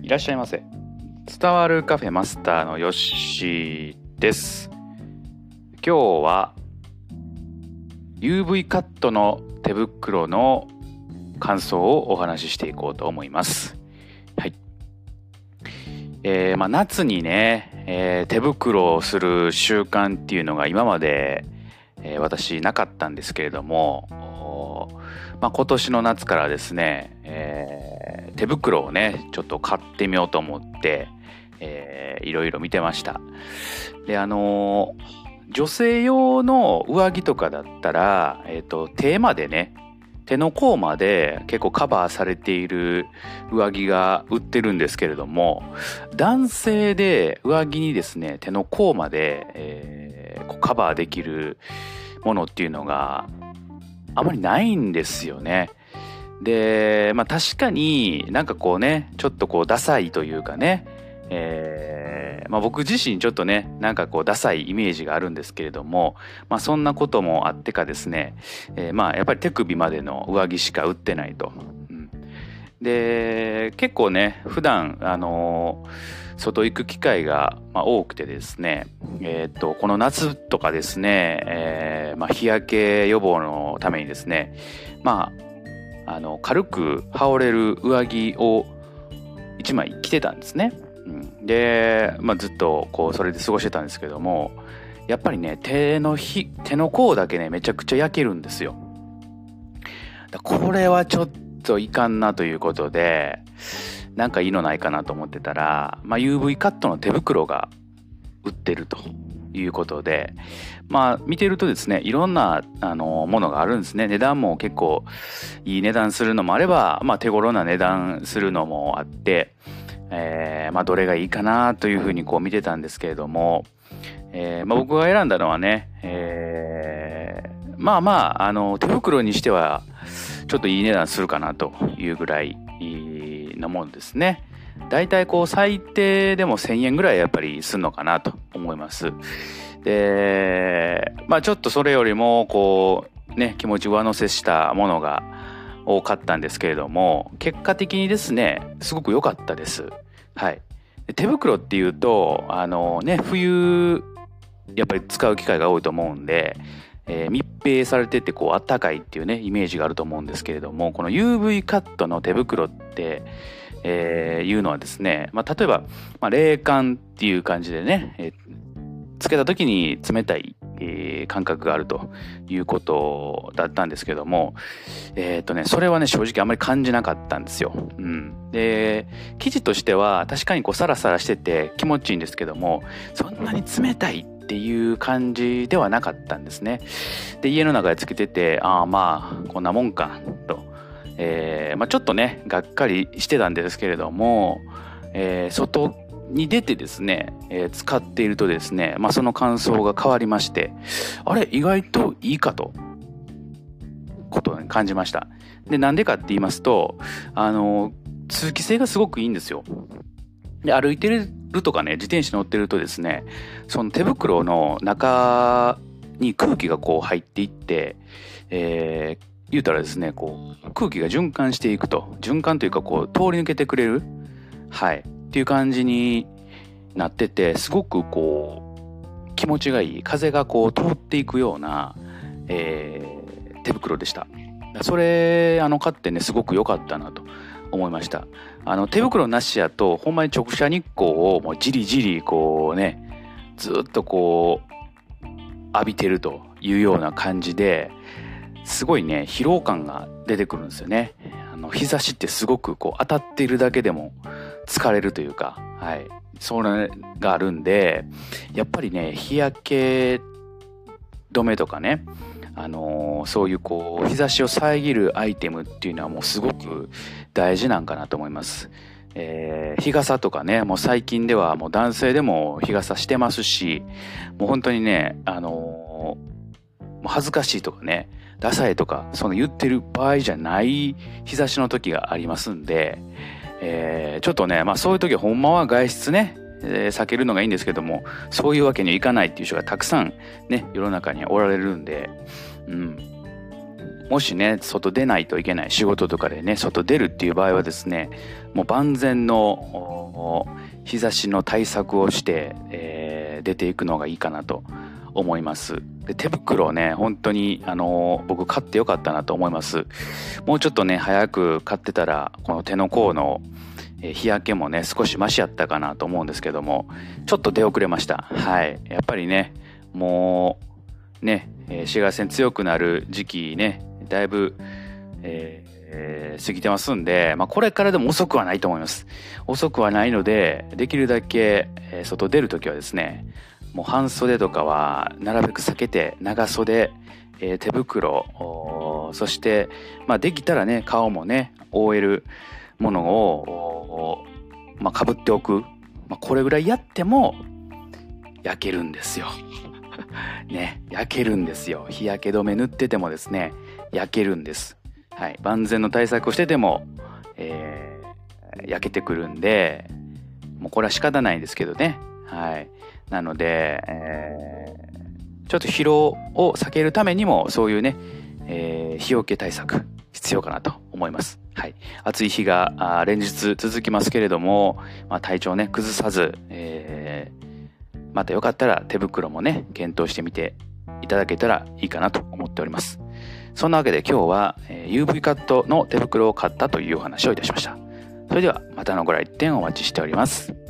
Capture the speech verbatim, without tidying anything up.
いらっしゃいませ。伝わるカフェマスターのヨッシーです。今日は ユーブイ カットの手袋の感想をお話ししていこうと思います。はい。えー、まあ夏にね、えー、手袋をする習慣っていうのが今まで、えー、私なかったんですけれども、まあ、今年の夏からですね、えー、手袋をねちょっと買ってみようと思って、えー、いろいろ見てました。であのー、女性用の上着とかだったら、えーと、手までね手の甲まで結構カバーされている上着が売ってるんですけれども、男性で上着にですね手の甲まで、えー、こうカバーできるものっていうのがあまりないんですよね。で、まあ確かになんかこうね、ちょっとこうダサいというかね、えー、まあ僕自身ちょっとね、なんかこうダサいイメージがあるんですけれども、まあそんなこともあってかですね、えー、まあやっぱり手首までの上着しか売ってないと。うん、で、結構ね、普段、あのー外行く機会が多くてですね、えー、とこの夏とかですね、えーまあ、日焼け予防のためにですね、まあ、あの軽く羽織れる上着をいちまい着てたんですね。うん、で、まあ、ずっとこうそれで過ごしてたんですけども、やっぱりね手のひ手の甲だけねめちゃくちゃ焼けるんですよ。これはちょっといかんなということで、なんかいいのないかなと思ってたら、まあ、ユーブイ カットの手袋が売ってるということで、まあ見てるとですね、いろんなあのものがあるんですね。値段も結構いい値段するのもあれば、まあ、手頃な値段するのもあって、えーまあ、どれがいいかなというふうにこう見てたんですけれども、えーまあ、僕が選んだのはね、えー、まあまああの手袋にしてはちょっといい値段するかなというぐらいなもんですね。だいたいこう最低でもせんえんぐらいやっぱりするのかなと思います。で、まあちょっとそれよりもこうね気持ち上乗せしたものが多かったんですけれども、結果的にですねすごく良かったです。はい。で手袋っていうとあのね冬やっぱり使う機会が多いと思うんで、えー、密閉されててこうあったかいっていうねイメージがあると思うんですけれども、この ユーブイ カットの手袋って、えー、いうのはですね、まあ、例えば、まあ、冷感っていう感じでね、えー、つけた時に冷たい、えー、感覚があるということだったんですけども、えっとねそれはね正直あんまり感じなかったんですよ。うん、で生地としては確かにこうサラサラしてて気持ちいいんですけども、そんなに冷たいっていう感じではなかったんですね。で家の中でつけてて、ああまあこんなもんかと、えーまあ、ちょっとねがっかりしてたんですけれども、えー、外に出てですね、えー、使っているとですね、まあ、その感想が変わりまして、あれ意外といいかとことに感じました。でなんでかって言いますと、あの通気性がすごくいいんですよ。で歩いてるとかね自転車乗ってるとですね、その手袋の中に空気がこう入っていって、えー、言うたらですねこう空気が循環していくと、循環というかこう通り抜けてくれる、はいっていう感じになってて、すごくこう気持ちがいい、風がこう通っていくような、えー、手袋でした。それあの買ってねすごく良かったなと思いました。あの手袋なしやとほんまに直射日光をもうじりじりこうねずっとこう浴びてるというような感じで、すごいね疲労感が出てくるんですよね。あの日差しってすごくこう当たっているだけでも疲れるというか、はい、それがあるんで、やっぱりね日焼け止めとかね、あのー、そういうこう日差しを遮るアイテムっていうのはもうすごく大事なんかなと思います。えー、日傘とかね、もう最近ではもう男性でも日傘してますし、もう本当にね、あのー、恥ずかしいとかねダサいとかその言ってる場合じゃない日差しの時がありますんで、えー、ちょっとね、まあ、そういう時はほんまは外出ね、えー、避けるのがいいんですけども、そういうわけにはいかないっていう人がたくさんね世の中におられるんで、うん、 もしね外出ないといけない仕事とかでね外出るっていう場合はですね、もう万全の日差しの対策をして、えー、出ていくのがいいかなと思います。で手袋をね本当にあの僕買ってよかったなと思います。もうちょっとね早く買ってたらこの手の甲の日焼けもね少しマシやったかなと思うんですけども、ちょっと出遅れました。はい、やっぱりねもうね紫外線強くなる時期ねだいぶ、えーえー過ぎてますんで、まあ、これからでも遅くはないと思います。遅くはないのでできるだけ、えー外出るときはですね、もう半袖とかはなるべく避けて長袖、えー手袋、そして、まあ、できたらね顔もね覆えるものを、まあ、かぶっておく、まあ、これぐらいやっても焼けるんですよね、焼けるんですよ。日焼け止め塗っててもですね焼けるんです。はい、万全の対策をしてても、えー焼けてくるんで、もうこれは仕方ないんですけどね。はい、なので、えーちょっと疲労を避けるためにもそういうね、えー日よけ対策必要かなと思います。はい、暑い日があー連日続きますけれども、まあ、体調ね崩さず、えーまたよかったら手袋もね検討してみていただけたらいいかなと思っております。そんなわけで今日は、えー ユーブイ カットの手袋を買ったというお話をいたしました。それではまたのご来店お待ちしております。